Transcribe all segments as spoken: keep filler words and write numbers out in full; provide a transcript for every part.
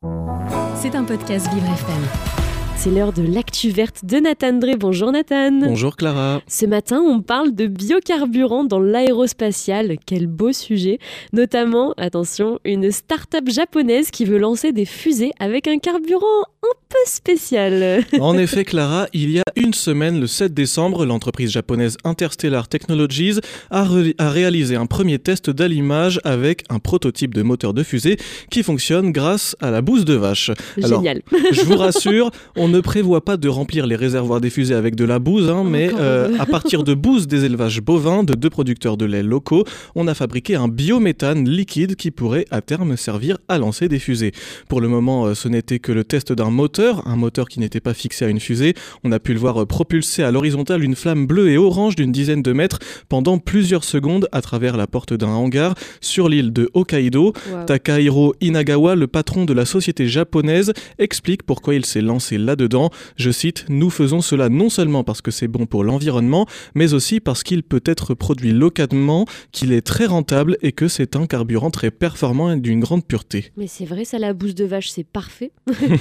C'est un podcast Vivre F M. C'est l'heure de l'actu verte de Nathan Drey. Bonjour Nathan. Bonjour Clara. Ce matin, on parle de biocarburant dans l'aérospatiale. Quel beau sujet. Notamment, attention, une start-up japonaise qui veut lancer des fusées avec un carburant un peu spécial. En effet Clara, il y a une semaine, le sept décembre, l'entreprise japonaise Interstellar Technologies a, ré- a réalisé un premier test d'allumage avec un prototype de moteur de fusée qui fonctionne grâce à la bouse de vache. Génial. Alors, je vous rassure, on ne prévoit pas de remplir les réservoirs des fusées avec de la bouse, hein, mais euh, à partir de bouse des élevages bovins de deux producteurs de lait locaux, on a fabriqué un biométhane liquide qui pourrait à terme servir à lancer des fusées. Pour le moment, euh, ce n'était que le test d'un moteur, un moteur qui n'était pas fixé à une fusée. On a pu le voir euh, propulser à l'horizontale une flamme bleue et orange d'une dizaine de mètres pendant plusieurs secondes à travers la porte d'un hangar sur l'île de Hokkaido. Wow. Takahiro Inagawa, le patron de la société japonaise, explique pourquoi il s'est lancé là-dedans. Je cite, « Nous faisons cela non seulement parce que c'est bon pour l'environnement, mais aussi parce qu'il peut être produit localement, qu'il est très rentable et que c'est un carburant très performant et d'une grande pureté. » Mais c'est vrai, ça, la bouse de vache, c'est parfait.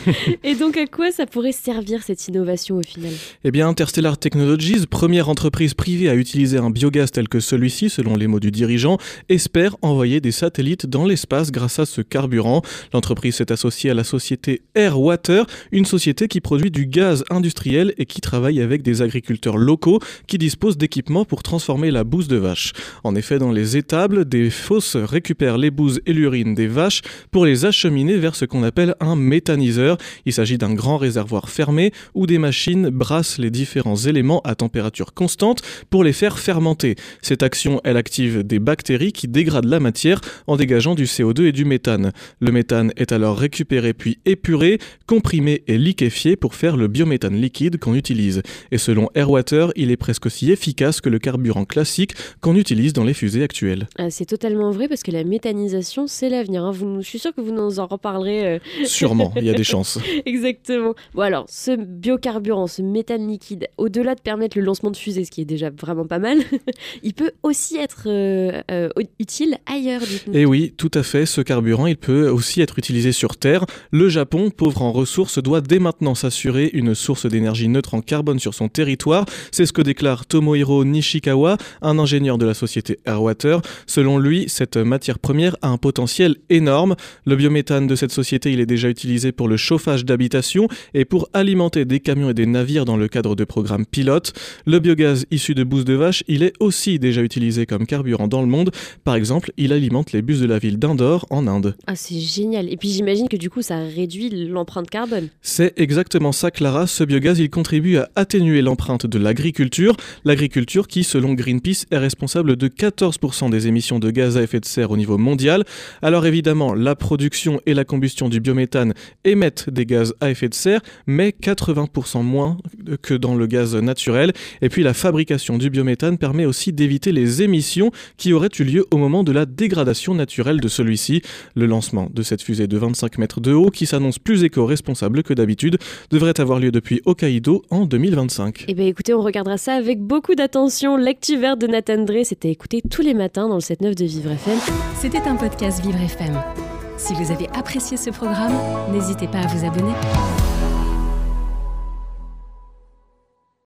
Et donc, à quoi ça pourrait servir cette innovation au final ? Eh bien, Interstellar Technologies, première entreprise privée à utiliser un biogaz tel que celui-ci, selon les mots du dirigeant, espère envoyer des satellites dans l'espace grâce à ce carburant. L'entreprise s'est associée à la société Airwater, une société qui produit du gaz industriel et qui travaille avec des agriculteurs locaux qui disposent d'équipements pour transformer la bouse de vache. En effet, dans les étables, des fosses récupèrent les bouses et l'urine des vaches pour les acheminer vers ce qu'on appelle un méthaniseur. Il s'agit d'un grand réservoir fermé où des machines brassent les différents éléments à température constante pour les faire fermenter. Cette action, elle active des bactéries qui dégradent la matière en dégageant du C O deux et du méthane. Le méthane est alors récupéré puis épuré, comprimé et liquéfié pour faire le biométhane liquide qu'on utilise. Et selon Airwater, il est presque aussi efficace que le carburant classique qu'on utilise dans les fusées actuelles. Ah, c'est totalement vrai parce que la méthanisation, c'est l'avenir. Hein. Vous, je suis sûre que vous nous en reparlerez. Euh... Sûrement, il y a des chances. Exactement. Bon alors, ce biocarburant, ce méthane liquide, au-delà de permettre le lancement de fusées, ce qui est déjà vraiment pas mal, il peut aussi être euh, euh, utile ailleurs. Dites-nous. Et oui, tout à fait, ce carburant, il peut aussi être utilisé sur Terre. Le Japon, pauvre en ressources, doit dès maintenant s'assurer une source d'énergie neutre en carbone sur son territoire. C'est ce que déclare Tomohiro Nishikawa, un ingénieur de la société Airwater. Selon lui, cette matière première a un potentiel énorme. Le biométhane de cette société, il est déjà utilisé pour le chauffage d'habitation et pour alimenter des camions et des navires dans le cadre de programmes pilotes. Le biogaz issu de bouse de vache, il est aussi déjà utilisé comme carburant dans le monde. Par exemple, il alimente les bus de la ville d'Indore en Inde. Ah, c'est génial. Et puis j'imagine que du coup, ça réduit l'empreinte carbone. C'est exactement ça, Clara. Ce biogaz, il contribue à atténuer l'empreinte de l'agriculture. L'agriculture qui, selon Greenpeace, est responsable de quatorze pour cent des émissions de gaz à effet de serre au niveau mondial. Alors évidemment, la production et la combustion du biométhane émettent des gaz à effet de serre, mais quatre-vingts pour cent moins que dans le gaz naturel. Et puis la fabrication du biométhane permet aussi d'éviter les émissions qui auraient eu lieu au moment de la dégradation naturelle de celui-ci. Le lancement de cette fusée de vingt-cinq mètres de haut, qui s'annonce plus éco-responsable que d'habitude, devrait avoir lieu depuis Hokkaido en deux mille vingt-cinq. Eh bien écoutez, on regardera ça avec beaucoup d'attention. L'actu verte de Nathan Drey, c'était écouté tous les matins dans le sept neuf de Vivre F M. C'était un podcast Vivre F M. Si vous avez apprécié ce programme, n'hésitez pas à vous abonner.